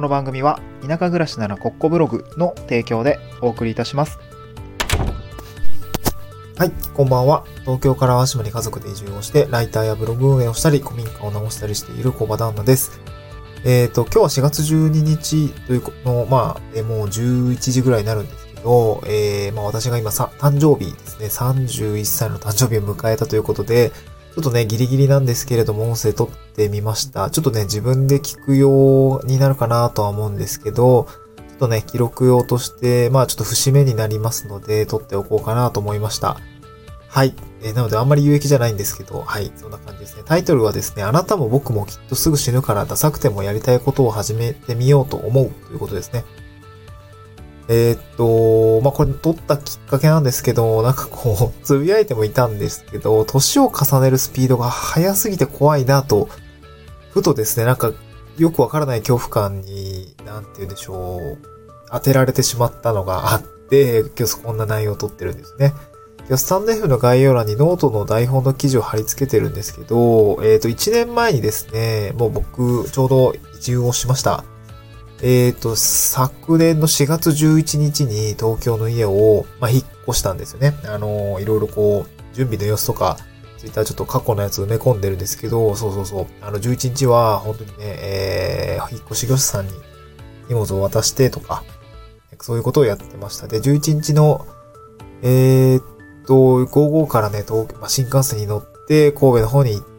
の番組は田舎暮らしならコッコブログの提供でお送りいたします。 はい、こんばんは。東京から淡島に家族で移住をして、ライターやブログ運営をしたり、古民家を直したりしている小場旦那です。今日は4月12日というの、もう11時ぐらいになるんですけど、私が今誕生日ですね、31歳の誕生日を迎えたということで、ちょっとね、ギリギリなんですけれども、音声撮ってみました。ちょっとね、自分で聞くようになるかなとは思うんですけど、ちょっとね、記録用として、ちょっと節目になりますので、撮っておこうかなと思いました。はい。なのであんまり有益じゃないんですけど、はい、そんな感じですね。タイトルはですね、あなたも僕もきっとすぐ死ぬからダサくてもやりたいことを始めてみようと思うということですね。これ撮ったきっかけなんですけど、つぶやいてもいたんですけど、年を重ねるスピードが速すぎて怖いなと、ふとですね、よくわからない恐怖感に、当てられてしまったのがあって、今日こんな内容を撮ってるんですね。スタンド F の概要欄にノートの台本の記事を貼り付けてるんですけど、1年前にですね、もう僕、ちょうど移住をしました。昨年の4月11日に東京の家を、引っ越したんですよね。いろいろ準備の様子とか、そういったちょっと過去のやつ埋め込んでるんですけど、11日は本当にね、引っ越し業者さんに荷物を渡してとか、そういうことをやってました。で、11日の、午後からね、新幹線に乗って神戸の方に行って、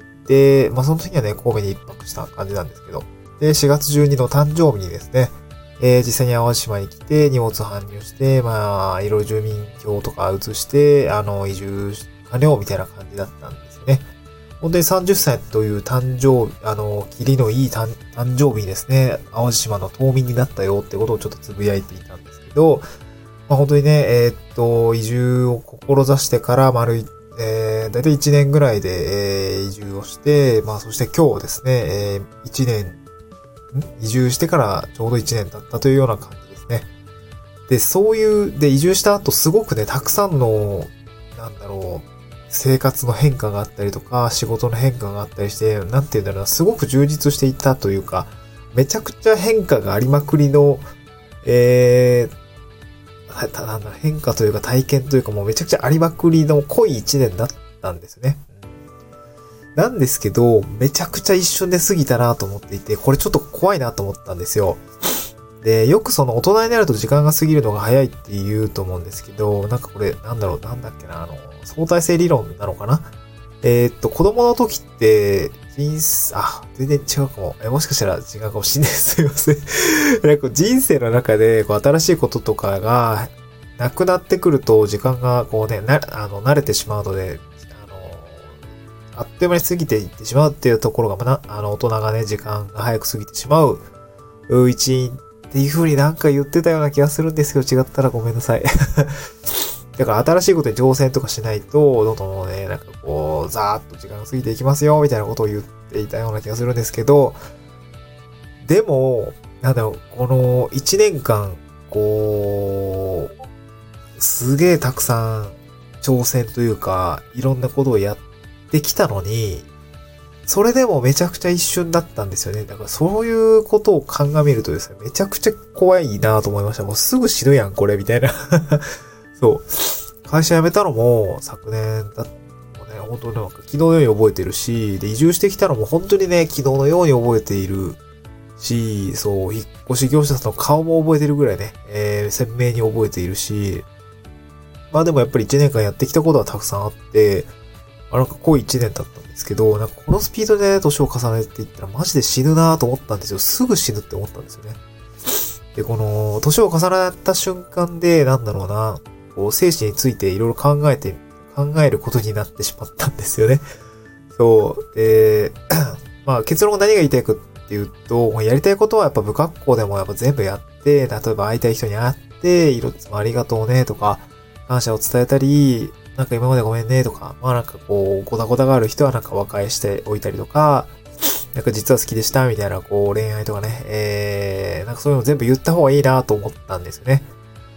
その時はね、神戸に一泊した感じなんですけど、で、4月12の誕生日にですね、実際に淡路島に来て荷物搬入して、いろいろ住民票とか移して、移住完了みたいな感じだったんですよね。本当に30歳というキリのいい誕生日にですね、淡路島の島民になったよってことをちょっとつぶやいていたんですけど、本当にね、移住を志してからだいたい1年ぐらいで、移住をして、そして今日ですね、移住してからちょうど1年経ったというような感じですね。で、移住した後すごくね、たくさんの、生活の変化があったりとか、仕事の変化があったりして、すごく充実していったというか、めちゃくちゃ変化がありまくりの、変化というか体験というかもうめちゃくちゃありまくりの濃い一年だったんですね。なんですけど、めちゃくちゃ一瞬で過ぎたなと思っていて、これちょっと怖いなと思ったんですよ。で、よく大人になると時間が過ぎるのが早いって言うと思うんですけど、これ、相対性理論なのかな？子供の時って、全然違うかも。もしかしたら違うかもしれないです。すいません。人生の中で、新しいこととかが、なくなってくると、時間が、慣れてしまうので、あっという間に過ぎていってしまうっていうところが、大人がね、時間が早く過ぎてしまう、一因っていう風に言ってたような気がするんですけど、違ったらごめんなさい。だから新しいことに挑戦とかしないと、どんどんね、ざーっと時間が過ぎていきますよ、みたいなことを言っていたような気がするんですけど、でも、この1年間、すげーたくさん挑戦というか、いろんなことをやってきたのに、それでもめちゃくちゃ一瞬だったんですよね。だからそういうことを鑑みるとですね、めちゃくちゃ怖いなと思いました。もうすぐ死ぬやん、これ、みたいな。そう。会社辞めたのも昨年だってね、本当に昨日のように覚えてるし、で、移住してきたのも本当にね、昨日のように覚えているし、そう、引っ越し業者さんの顔も覚えてるぐらいね、鮮明に覚えているし、でもやっぱり1年間やってきたことはたくさんあって、濃い1年だったんですけど、このスピードで年を重ねていったらマジで死ぬなと思ったんですよ。すぐ死ぬって思ったんですよね。で、この、年を重ねた瞬間で、生死についていろいろ考えることになってしまったんですよね。そう。で、結論が何が言いたいかっていうと、やりたいことはやっぱ不格好でもやっぱ全部やって、例えば会いたい人に会って、いつもありがとうねとか、感謝を伝えたり、今までごめんねとか、ごたごたがある人は和解しておいたりとか、実は好きでしたみたいな、恋愛とかね、そういうの全部言った方がいいなと思ったんですよね。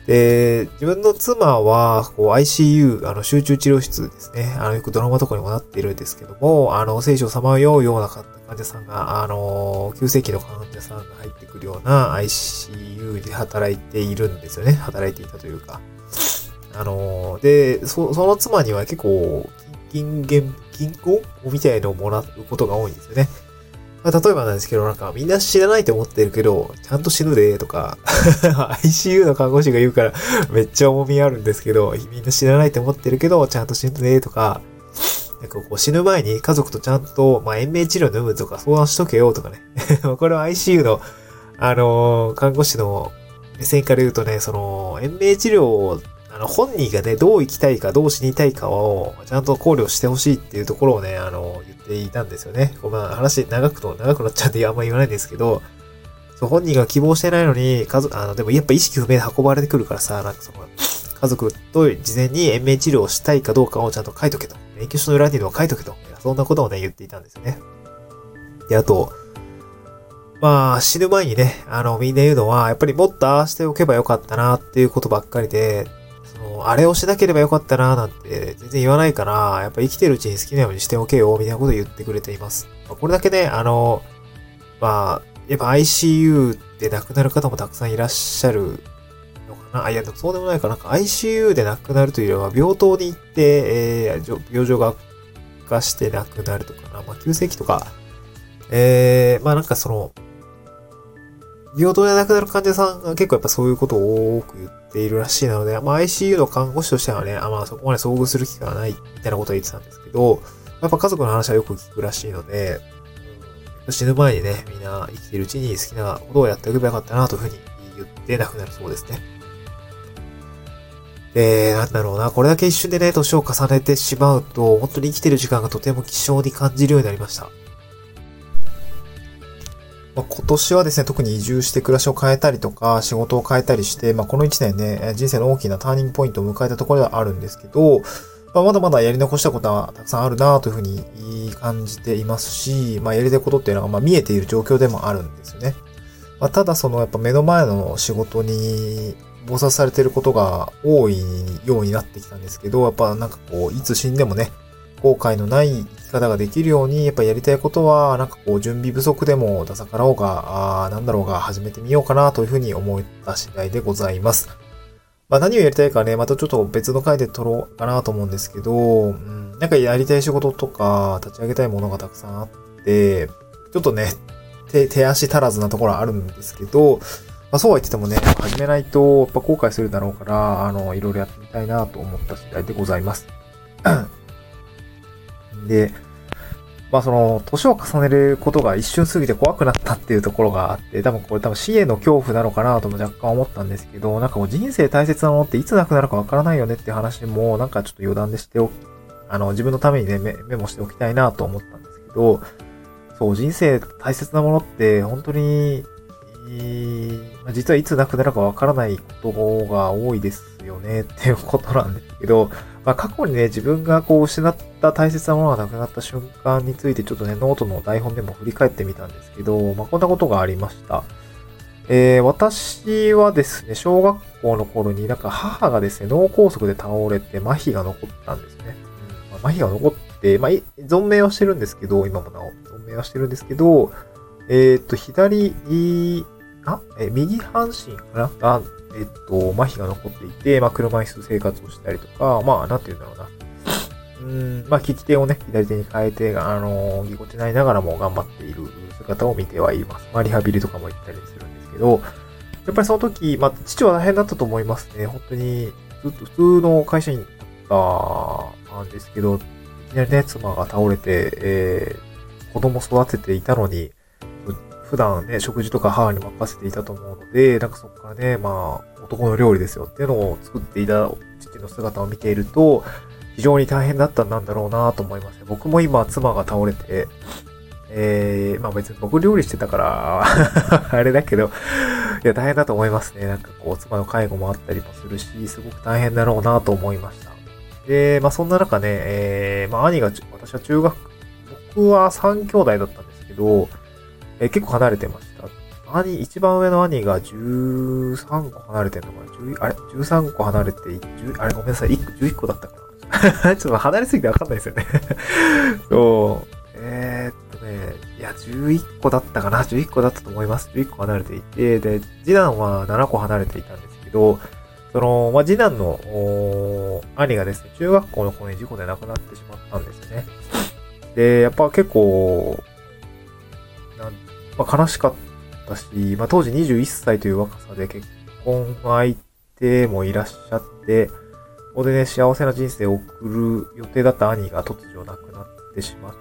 で、自分の妻は、ICU、集中治療室ですね。よくドラマとかにもなっているんですけども、生死をさまようような患者さんが、急性期の患者さんが入ってくるような ICU で働いているんですよね。働いていたというか。で、その妻には結構、金庫みたいのをもらうことが多いんですよね。例えばなんですけど、なんかみんな知らないと思ってるけど、ちゃんと死ぬで、とか、ICU の看護師が言うからめっちゃ重みあるんですけど、みんな知らないと思ってるけど、ちゃんと死ぬで、とか、なんか死ぬ前に家族とちゃんと、延命治療の有無とか相談しとけよ、とかね。これは ICU の、看護師の目線から言うとね、延命治療を本人がね、どう生きたいか、どう死にたいかを、ちゃんと考慮してほしいっていうところをね、言っていたんですよね。話長くなっちゃってあんま言わないんですけど、本人が希望してないのに、でもやっぱ意識不明で運ばれてくるからさ、なんか家族と事前に延命治療をしたいかどうかをちゃんと書いとけと。免許証の裏には書いとけと。そんなことをね、言っていたんですよね。で、あと、死ぬ前にね、みんな言うのは、やっぱりもっとああしておけばよかったなっていうことばっかりで、あれをしなければよかったななんて全然言わないから、やっぱ生きてるうちに好きなようにしておけよ、みたいなことを言ってくれています。これだけね、やっぱ ICU で亡くなる方もたくさんいらっしゃるのかな。いや、でもそうでもないかな。ICU で亡くなるというよりは、病棟に行って、病状が悪化して亡くなるとかな。急性期とか、なんか病棟で亡くなる患者さんが結構やっぱそういうことを多く言っているらしいので、ICU の看護師としてはね、そこまで遭遇する機会がないみたいなことを言ってたんですけど、やっぱ家族の話はよく聞くらしいので、死ぬ前にね、みんな生きているうちに好きなことをやっておけばよかったなというふうに言って亡くなるそうですね。なんだろうな、これだけ一瞬でね、年を重ねてしまうと、本当に生きている時間がとても希少に感じるようになりました。今年はですね、特に移住して暮らしを変えたりとか、仕事を変えたりして、この1年ね、人生の大きなターニングポイントを迎えたところではあるんですけど、まだまだやり残したことはたくさんあるなというふうに感じていますし、やりたいことっていうのが見えている状況でもあるんですよね。ただやっぱ目の前の仕事に忙殺されていることが多いようになってきたんですけど、やっぱなんかいつ死んでもね、後悔のない生き方ができるように、やっぱやりたいことは、なんか準備不足でもダサかろうが、始めてみようかなというふうに思った次第でございます。何をやりたいかね、またちょっと別の回で撮ろうかなと思うんですけど、なんかやりたい仕事とか、立ち上げたいものがたくさんあって、ちょっとね、手足足らずなところはあるんですけど、そうは言っててもね、始めないと、やっぱ後悔するだろうから、いろいろやってみたいなと思った次第でございます。で、年を重ねることが一瞬過ぎて怖くなったっていうところがあって、多分死への恐怖なのかなとも若干思ったんですけど、なんか人生大切なものっていつ亡くなるかわからないよねっていう話も、なんかちょっと余談でして自分のためにね、メモしておきたいなと思ったんですけど、人生大切なものって本当に、実はいつ亡くなるかわからないことが多いですよねっていうことなんですけど、過去にね、自分が失った大切なものがなくなった瞬間についてちょっとね、ノートの台本でも振り返ってみたんですけど、こんなことがありました。私はですね、小学校の頃になんか母がですね、脳梗塞で倒れて麻痺が残ったんですね。麻痺が残って、存命はしてるんですけど、今もなお、存命はしてるんですけど、右半身かなが、麻痺が残っていて、車椅子生活をしたりとか、なんて言うんだろうな。利き手をね、左手に変えて、ぎこちないながらも頑張っている姿を見てはいます。リハビリとかも行ったりするんですけど、やっぱりその時、父は大変だったと思いますね。本当に、ずっと普通の会社員だったんですけど、いきなりね、妻が倒れて、子供育てていたのに、普段ね、食事とか母に任せていたと思うので、なんかそこからね、男の料理ですよっていうのを作っていた父の姿を見ていると、非常に大変だったんだろうなと思いますね。僕も今、妻が倒れて、別に僕料理してたからあれだけど、いや、大変だと思いますね。なんか妻の介護もあったりもするし、すごく大変だろうなと思いました。で、そんな中ね、兄が、私は僕は3兄弟だったんですけど、結構離れてました。 一番上の兄が13個離れてんのかな？あれ ?13 個離れて、あれごめんなさい、11個だったかなちょっと離れすぎてわかんないですよねそう。いや、11個だったかな ?11 個だったと思います。11個離れていて、で、次男は7個離れていたんですけど、次男の、兄がですね、中学校の頃に事故で亡くなってしまったんですよね。で、やっぱ結構、悲しかったし、当時21歳という若さで結婚相手もいらっしゃって、ここでね、幸せな人生を送る予定だった兄が突如亡くなってしまって、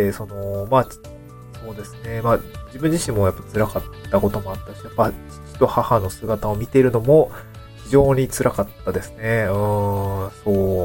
そうですね、自分自身もやっぱ辛かったこともあったし、やっぱ父と母の姿を見ているのも非常に辛かったですね。そう。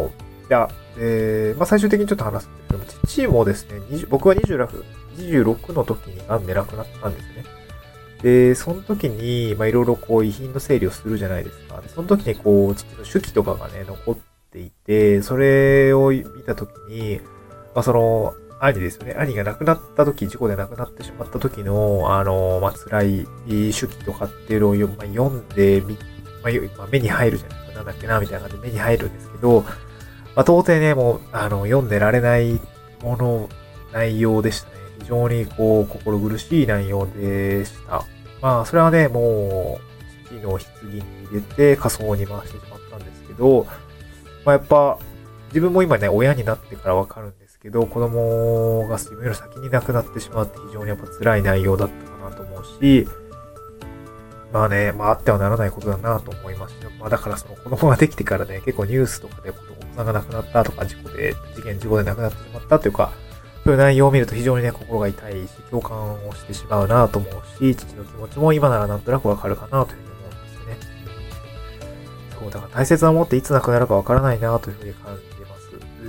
いや、最終的にちょっと話すんですけども、父もですね、僕は26の時に癌で亡くなったんですね。で、その時に、いろいろ遺品の整理をするじゃないですか。で、その時に父の手記とかがね、残っていて、それを見た時に、兄ですよね。兄が亡くなった時、事故で亡くなってしまった時の、辛い手記とかっていうのを読んで目に入るじゃないですか。なんだっけな、みたいな感じで目に入るんですけど、到底ね、もう、読んでられない内容でしたね。非常に心苦しい内容でした。それはね、もう、父の棺に入れて火葬に回してしまったんですけど、やっぱ、自分も今ね、親になってからわかるんですけど、子供が自分より先に亡くなってしまって非常にやっぱ辛い内容だったかなと思うし、あってはならないことだなと思いました。だから子供ができてからね、結構ニュースとかでお子さんが亡くなったとか事故で亡くなってしまったというか、そういう内容を見ると非常にね、心が痛いし、共感をしてしまうなと思うし、父の気持ちも今ならなんとなくわかるかなというふうに思うんですね。そう、だから大切なものっていつ亡くなるかわからないなというふうに感じます。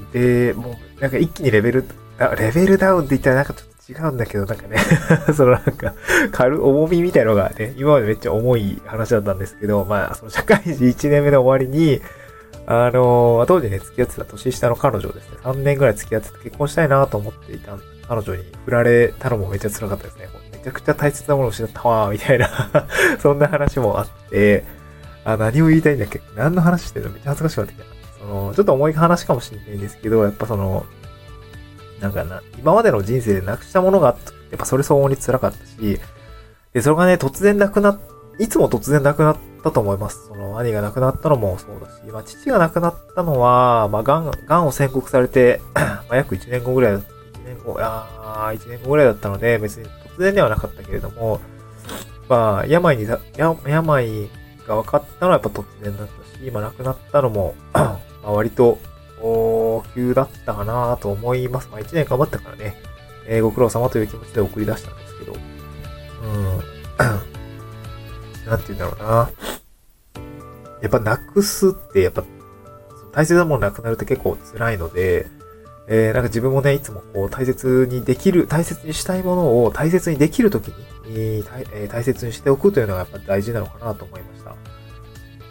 で、もうなんか一気にレベルダウンって言ったらなんかちょっと違うんだけど、なんかね重みみたいなのがね、今までめっちゃ重い話だったんですけど、社会人1年目の終わりに、当時ね、付き合ってた年下の彼女ですね、3年ぐらい付き合ってて結婚したいなと思っていた彼女に振られたのもめっちゃ辛かったですね。めちゃくちゃ大切なものを失ったわー、みたいなそんな話もあって、何を言いたいんだっけ？何の話してるの？めっちゃ恥ずかしくなってきた。ちょっと重い話かもしれないんですけど、やっぱ今までの人生でなくしたものが、やっぱそれ相応に辛かったし、で、それがね、いつも突然なくなったと思います。兄が亡くなったのもそうだし、父が亡くなったのは、癌を宣告されて約1年後ぐらいだったので、別に突然ではなかったけれども、病が分かったのはやっぱ突然だったし、亡くなったのも割と、急だったかなと思います。1年頑張ったからね、ご苦労様という気持ちで送り出したんですけど、なんて言うんだろうな。やっぱなくすって、やっぱ大切なものなくなるって結構辛いので、なんか自分もね、いつも大切にしたいものを大切にできるときに、大切にしておくというのがやっぱ大事なのかなと思いました。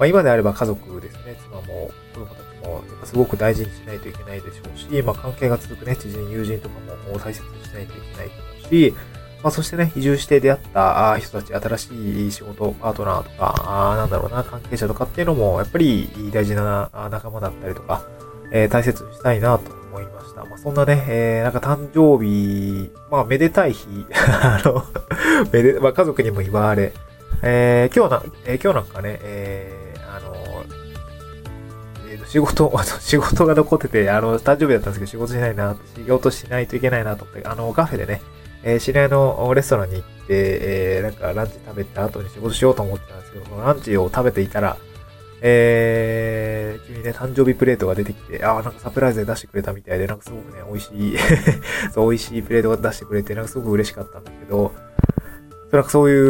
今であれば家族ですね、妻も子供たちもやっぱすごく大事にしないといけないでしょうし、関係が続くね、知人、友人とかも大切にしないといけないと思うし、そしてね、移住して出会った人たち、新しい仕事、パートナーとか、関係者とかっていうのも、やっぱり大事な仲間だったりとか、大切にしたいなと思いました。そんなね、なんか誕生日、めでたい日、家族にも祝われ、今日なんかね、仕事が残ってて、誕生日だったんですけど、仕事しないといけないなと思って、カフェでね、知り合いのレストランに行って、なんかランチ食べた後に仕事しようと思ってたんですけど、そのランチを食べていたら、急にね、誕生日プレートが出てきて、なんかサプライズで出してくれたみたいで、なんかすごくね、美味しいそう、美味しいプレートが出してくれて、なんかすごく嬉しかったんだけど、なんかそういう、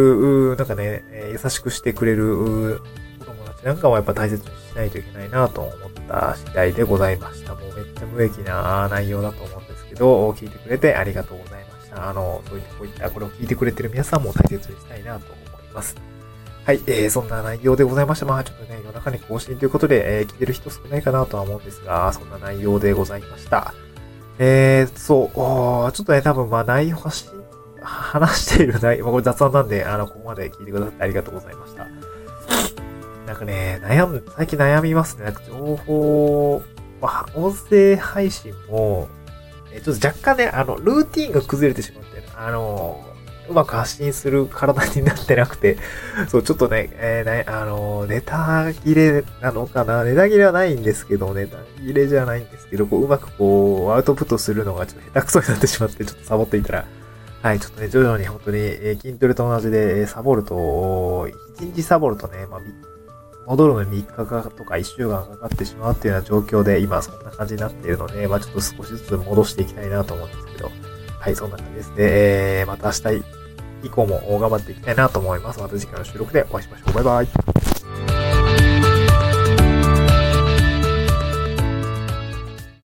なんかね、優しくしてくれるお友達なんかはやっぱ大切にしないといけないなと思った次第でございました。もうめっちゃ無益な内容だと思うんですけど、聞いてくれてありがとうございました。こういったこれを聞いてくれてる皆さんも大切にしたいなと思います。はい、そんな内容でございました。ちょっとね、夜中に更新ということで、聞いてる人少ないかなとは思うんですが、そんな内容でございました。ちょっとね、多分内容発信話している内容、これ雑談なんで、ここまで聞いてくださってありがとうございました。なんかね、最近悩みますね。なんか情報、音声配信も、ちょっと若干ね、ルーティーンが崩れてしまって、うまく発信する体になってなくて、そう、ちょっとね、ネタ切れなのかな、ネタ切れはないんですけど、ネタ切れじゃないんですけど、うまくアウトプットするのがちょっと下手くそになってしまって、ちょっとサボっていたら、はい、ちょっとね、徐々に本当に、筋トレと同じで、サボると、1日サボるとね、戻るのに3日かとか1週間かかってしまうっていうような状況で、今そんな感じになっているので、ちょっと少しずつ戻していきたいなと思うんですけど、はい、そんな感じですね。また明日以降も頑張っていきたいなと思います。また次回の収録でお会いしましょう。バイバイ。